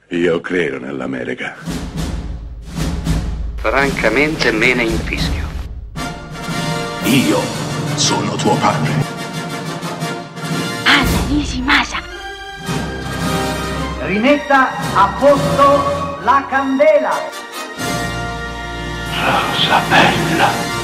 Io credo nell'America. Francamente me ne infischio. Io sono tuo padre. Anna Nishimasa. Rimetta a posto la candela. Rosa bella.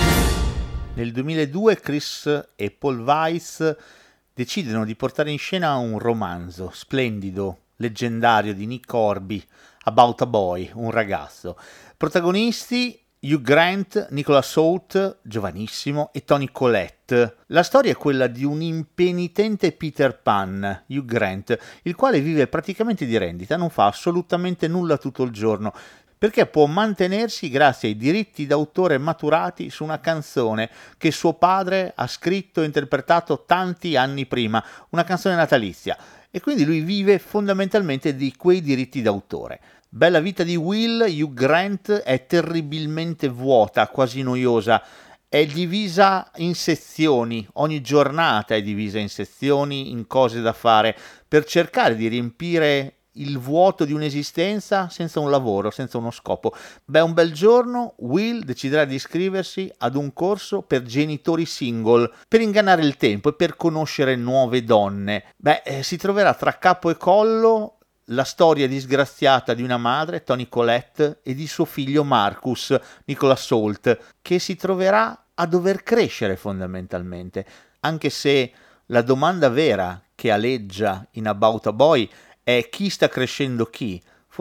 Nel 2002 Chris e Paul Weitz decidono di portare in scena un romanzo splendido, leggendario di Nick Hornby, About a Boy, un ragazzo. Protagonisti Hugh Grant, Nicholas Hoult, giovanissimo, e Toni Collette. La storia è quella di un impenitente Peter Pan, Hugh Grant, il quale vive praticamente di rendita, non fa assolutamente nulla tutto il giorno, perché può mantenersi grazie ai diritti d'autore maturati su una canzone che suo padre ha scritto e interpretato tanti anni prima, una canzone natalizia, e quindi lui vive fondamentalmente di quei diritti d'autore. Bella vita di Will. Hugh Grant è terribilmente vuota, quasi noiosa, è divisa in sezioni, ogni giornata è divisa in sezioni, in cose da fare, per cercare di riempire il vuoto di un'esistenza senza un lavoro, senza uno scopo. Un bel giorno Will deciderà di iscriversi ad un corso per genitori single, per ingannare il tempo e per conoscere nuove donne. Si troverà tra capo e collo la storia disgraziata di una madre, Toni Collette, e di suo figlio Marcus, Nicholas Hoult, che si troverà a dover crescere fondamentalmente, anche se la domanda vera che aleggia in About a Boy è chi sta crescendo chi.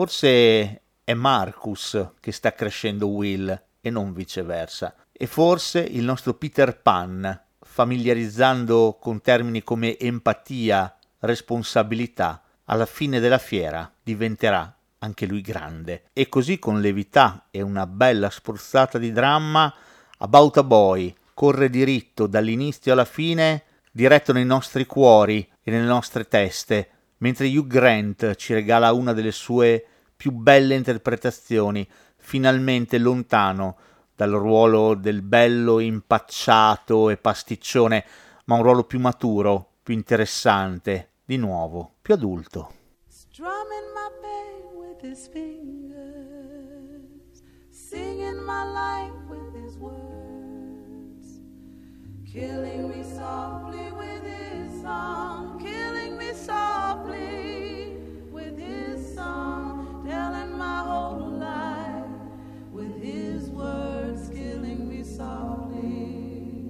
Forse è Marcus che sta crescendo Will e non viceversa. E forse il nostro Peter Pan, familiarizzando con termini come empatia, responsabilità, alla fine della fiera diventerà anche lui grande. E così, con levità e una bella spruzzata di dramma, About a Boy corre diritto dall'inizio alla fine, diretto nei nostri cuori e nelle nostre teste, mentre Hugh Grant ci regala una delle sue più belle interpretazioni, finalmente lontano dal ruolo del bello impacciato e pasticcione, ma un ruolo più maturo, più interessante, di nuovo, più adulto. Strumming my pain with his fingers, singing my life with his words, killing me softly with his song, killing me softly with his song, telling my whole life with his words, killing me softly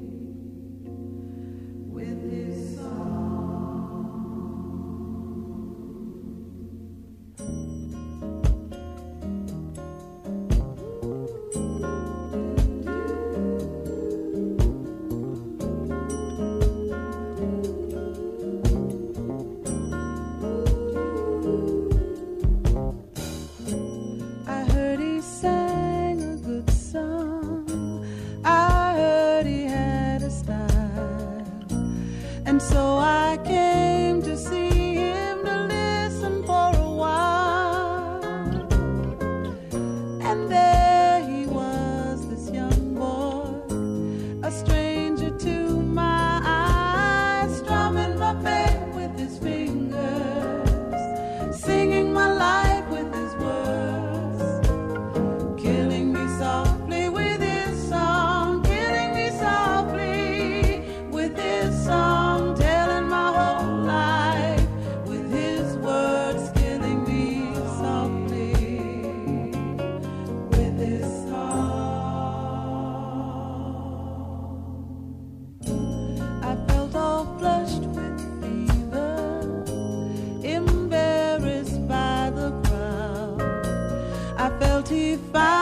with his song. And so I came to see him, to listen for a while. And there he was, this young boy, a stranger to my eyes, strumming my pain with his fingers, singing my life with his words, killing me softly with his song, killing me softly with his song. He